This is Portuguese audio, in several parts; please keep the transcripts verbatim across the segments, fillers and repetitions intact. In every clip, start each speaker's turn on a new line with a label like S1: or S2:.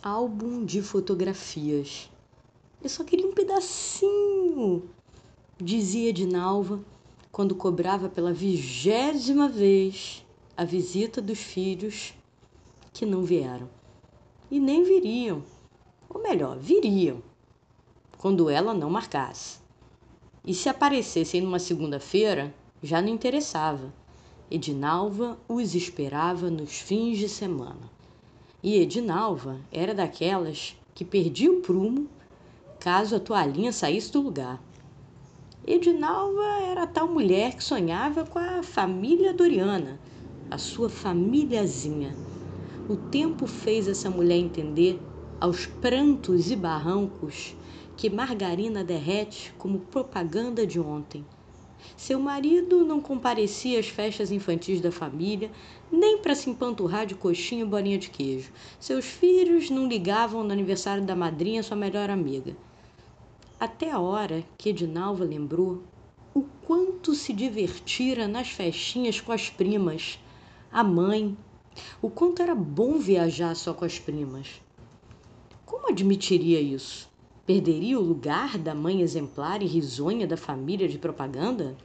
S1: Álbum de fotografias. Eu só queria um pedacinho, dizia Edinalva, quando cobrava pela vigésima vez a visita dos filhos que não vieram. E nem viriam, ou melhor, viriam, quando ela não marcasse. E se aparecessem numa segunda-feira, já não interessava. Edinalva os esperava nos fins de semana. E Edinalva era daquelas que perdia o prumo caso a toalhinha saísse do lugar. Edinalva era a tal mulher que sonhava com a família Doriana, a sua famíliazinha. O tempo fez essa mulher entender, aos prantos e barrancos, que margarina derrete como propaganda de ontem. Seu marido não comparecia às festas infantis da família, nem para se empanturrar de coxinha e bolinha de queijo. Seus filhos não ligavam no aniversário da madrinha, sua melhor amiga. Até a hora que Edinalva lembrou o quanto se divertira nas festinhas com as primas, a mãe, o quanto era bom viajar só com as primas. Como admitiria isso? Perderia o lugar da mãe exemplar e risonha da família de propaganda?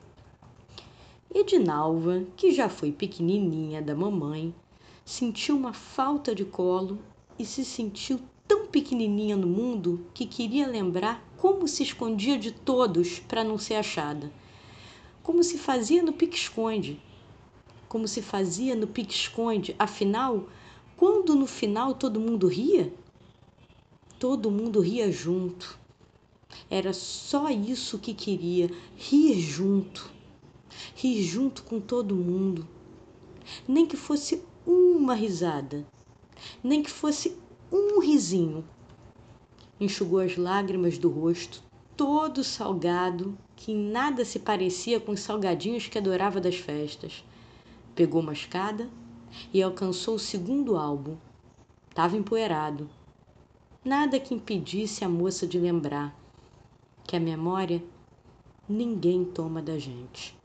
S1: Edinalva, que já foi pequenininha da mamãe, sentiu uma falta de colo e se sentiu tão pequenininha no mundo que queria lembrar como se escondia de todos para não ser achada. Como se fazia no pique-esconde. Como se fazia no pique-esconde. Afinal, quando no final todo mundo ria? Todo mundo ria junto. Era só isso que queria, rir junto. Rir junto com todo mundo. Nem que fosse uma risada. Nem que fosse um risinho. Enxugou as lágrimas do rosto, todo salgado, que em nada se parecia com os salgadinhos que adorava das festas. Pegou uma escada e alcançou o segundo álbum. Estava empoeirado. Nada que impedisse a moça de lembrar que a memória ninguém toma da gente.